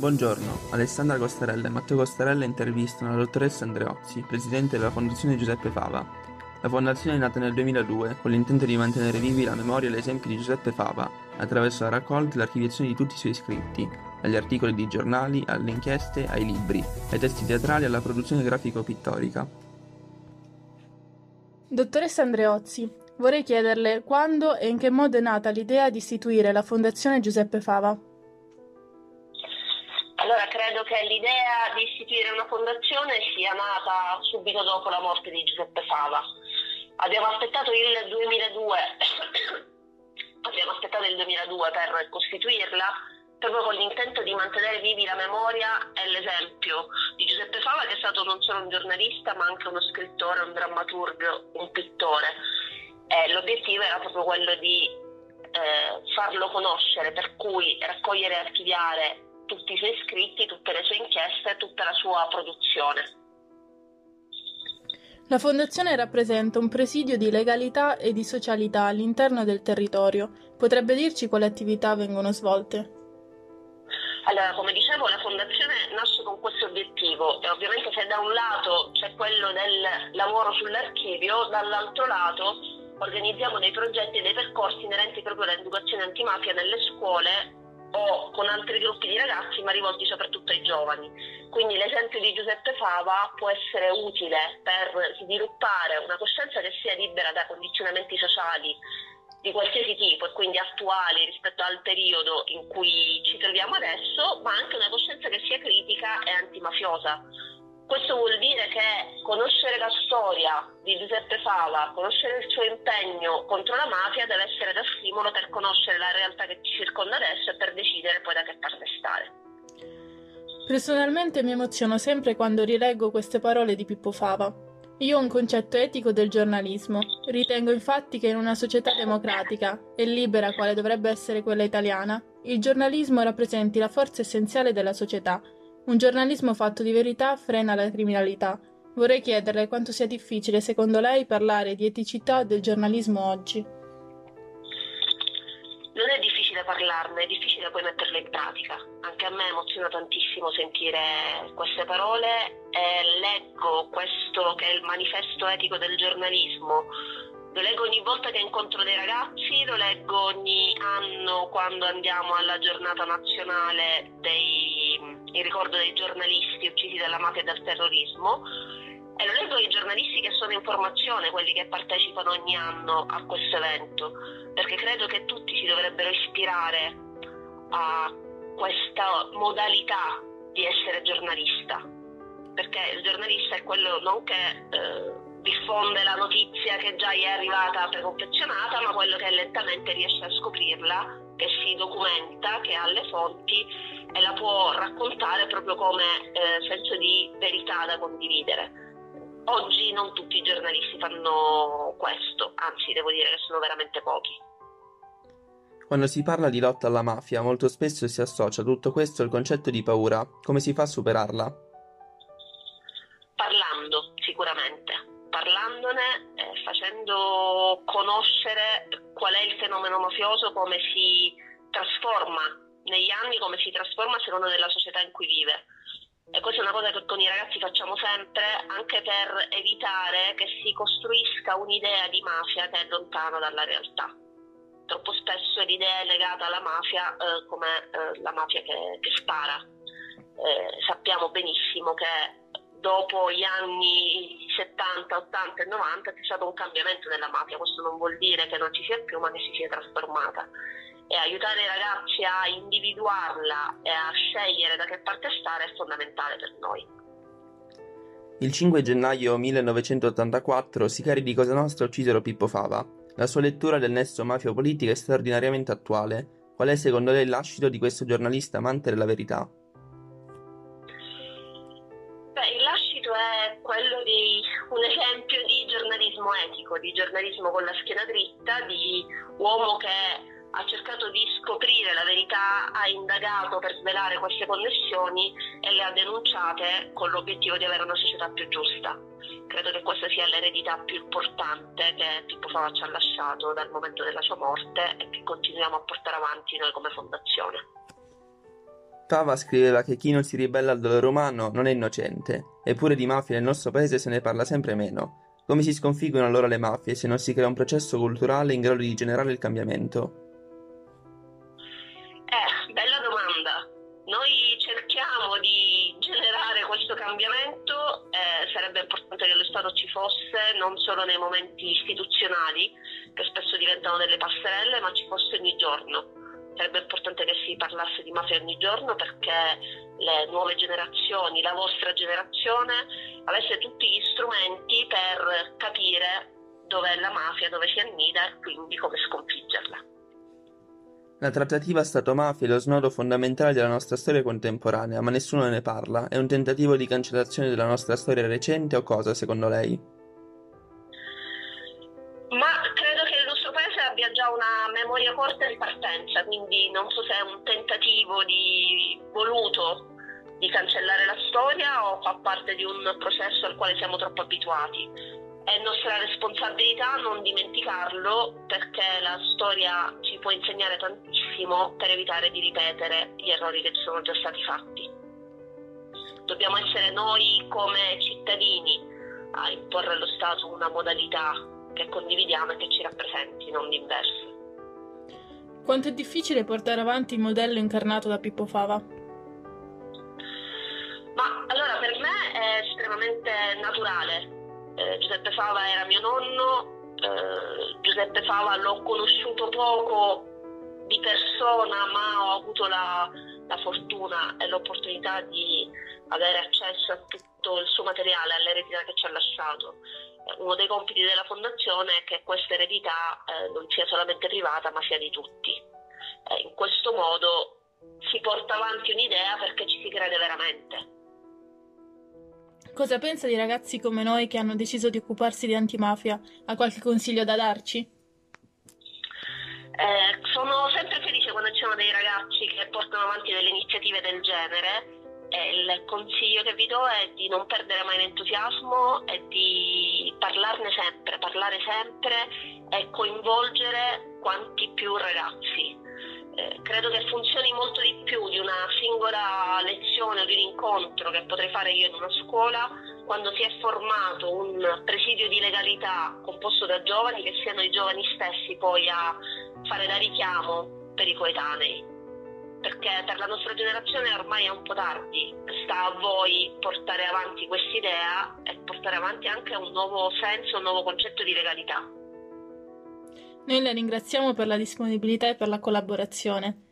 Buongiorno, Alessandra Costarella e Matteo Costarella intervistano la dottoressa Andreozzi, presidente della Fondazione Giuseppe Fava. La fondazione è nata nel 2002 con l'intento di mantenere vivi la memoria e l'esempio di Giuseppe Fava attraverso la raccolta e l'archiviazione di tutti i suoi scritti, dagli articoli di giornali, alle inchieste, ai libri, ai testi teatrali alla produzione grafico-pittorica. Dottoressa Andreozzi, vorrei chiederle quando e in che modo è nata l'idea di istituire la Fondazione Giuseppe Fava. Allora, credo che l'idea di istituire una fondazione sia nata subito dopo la morte di Giuseppe Fava. Abbiamo aspettato il 2002, per costituirla, proprio con l'intento di mantenere vivi la memoria e l'esempio di Giuseppe Fava, che è stato non solo un giornalista, ma anche uno scrittore, un drammaturgo, un pittore. L'obiettivo era proprio quello di farlo conoscere, per cui raccogliere e archiviare tutti i suoi scritti, tutte le sue inchieste e tutta la sua produzione. La Fondazione rappresenta un presidio di legalità e di socialità all'interno del territorio. Potrebbe dirci quali attività vengono svolte? Allora, come dicevo, la Fondazione nasce con questo obiettivo e ovviamente se da un lato c'è quello del lavoro sull'archivio, dall'altro lato organizziamo dei progetti e dei percorsi inerenti proprio all'educazione antimafia nelle scuole o con altri gruppi di ragazzi, ma rivolti soprattutto ai giovani. Quindi l'esempio di Giuseppe Fava può essere utile per sviluppare una coscienza che sia libera da condizionamenti sociali di qualsiasi tipo e quindi attuali rispetto al periodo in cui ci troviamo adesso, ma anche una coscienza che sia critica e antimafiosa. Questo vuol dire che conoscere la storia di Giuseppe Fava, conoscere il suo impegno contro la mafia deve essere da stimolo per conoscere la realtà che ci circonda adesso e per decidere poi da che parte stare. Personalmente mi emoziono sempre quando rileggo queste parole di Pippo Fava. Io ho un concetto etico del giornalismo. Ritengo infatti che in una società democratica e libera quale dovrebbe essere quella italiana, il giornalismo rappresenti la forza essenziale della società. Un giornalismo fatto di verità frena la criminalità. Vorrei chiederle quanto sia difficile, secondo lei, parlare di eticità del giornalismo oggi. Non è difficile parlarne, è difficile poi metterle in pratica. Anche a me emoziona tantissimo sentire queste parole e leggo questo che è il manifesto etico del giornalismo. Lo leggo ogni volta che incontro dei ragazzi, lo leggo ogni anno quando andiamo alla giornata nazionale in ricordo dei giornalisti uccisi dalla mafia e dal terrorismo, e lo leggo ai giornalisti che sono in formazione, quelli che partecipano ogni anno a questo evento, perché credo che tutti si dovrebbero ispirare a questa modalità di essere giornalista, perché il giornalista è quello non che diffonde la notizia che già gli è arrivata preconfezionata, ma quello che lentamente riesce a scoprirla, che si documenta, che ha le fonti e la può raccontare proprio come senso di verità da condividere. Oggi non tutti i giornalisti fanno questo, anzi devo dire che sono veramente pochi. Quando si parla di lotta alla mafia, molto spesso si associa tutto questo al concetto di paura. Come si fa a superarla? Parlando, sicuramente. Parlandone, facendo conoscere qual è il fenomeno mafioso, come si trasforma negli anni, come si trasforma a seconda della società in cui vive. E questa è una cosa che con i ragazzi facciamo sempre, anche per evitare che si costruisca un'idea di mafia che è lontana dalla realtà. Troppo spesso l'idea è legata alla mafia come la mafia che spara. Sappiamo benissimo che dopo gli anni 70, 80 e 90 c'è stato un cambiamento nella mafia. Questo non vuol dire che non ci sia più, ma che si sia trasformata. E aiutare i ragazzi a individuarla e a scegliere da che parte stare è fondamentale per noi. Il 5 gennaio 1984 sicari di Cosa Nostra uccisero Pippo Fava. La sua lettura del nesso mafia-politica è straordinariamente attuale. Qual è secondo lei l'ascito di questo giornalista amante della verità? Il lascito è quello di un esempio di giornalismo etico, di giornalismo con la schiena dritta, di uomo che ha cercato di scoprire la verità, ha indagato per svelare queste connessioni e le ha denunciate con l'obiettivo di avere una società più giusta. Credo che questa sia l'eredità più importante che Pippo Fava ci ha lasciato dal momento della sua morte e che continuiamo a portare avanti noi come fondazione. Fava scriveva che chi non si ribella al dolore umano non è innocente, eppure di mafia nel nostro paese se ne parla sempre meno. Come si sconfiggono allora le mafie se non si crea un processo culturale in grado di generare il cambiamento? Bella domanda. Noi cerchiamo di generare questo cambiamento, sarebbe importante che lo Stato ci fosse non solo nei momenti istituzionali, che spesso diventano delle passerelle, ma ci fosse ogni giorno. Sarebbe importante che si parlasse di mafia ogni giorno perché le nuove generazioni, la vostra generazione, avesse tutti gli strumenti per capire dov'è la mafia, dove si annida e quindi come sconfiggerla. La trattativa Stato-mafia è lo snodo fondamentale della nostra storia contemporanea, ma nessuno ne parla. È un tentativo di cancellazione della nostra storia recente o cosa, secondo lei? Ma credo che il nostro paese abbia già una memoria corta di partenza, quindi non so se è un tentativo voluto di cancellare la storia o fa parte di un processo al quale siamo troppo abituati. È nostra responsabilità non dimenticarlo perché la storia ci può insegnare tantissimo per evitare di ripetere gli errori che ci sono già stati fatti. Dobbiamo essere noi come cittadini a imporre allo Stato una modalità che condividiamo e che ci rappresenti, non l'inverso. Quanto è difficile portare avanti il modello incarnato da Pippo Fava? Ma allora per me è estremamente naturale. Giuseppe Fava era mio nonno, Giuseppe Fava l'ho conosciuto poco di persona, ma ho avuto la fortuna e l'opportunità di avere accesso a tutto il suo materiale, all'eredità che ci ha lasciato. Uno dei compiti della Fondazione è che questa eredità non sia solamente privata, ma sia di tutti. In questo modo si porta avanti un'idea perché ci si crede veramente. Cosa pensa di ragazzi come noi che hanno deciso di occuparsi di antimafia? Ha qualche consiglio da darci? Sono sempre felice quando ci sono dei ragazzi che portano avanti delle iniziative del genere. Il consiglio che vi do è di non perdere mai l'entusiasmo e di parlare sempre e coinvolgere quanti più ragazzi. Credo che funzioni molto di più di una singola lezione o di un incontro che potrei fare io in una scuola quando si è formato un presidio di legalità composto da giovani che siano i giovani stessi poi a fare da richiamo per i coetanei. Perché per la nostra generazione ormai è un po' tardi, sta a voi portare avanti quest'idea e portare avanti anche un nuovo senso, un nuovo concetto di legalità. Noi la ringraziamo per la disponibilità e per la collaborazione.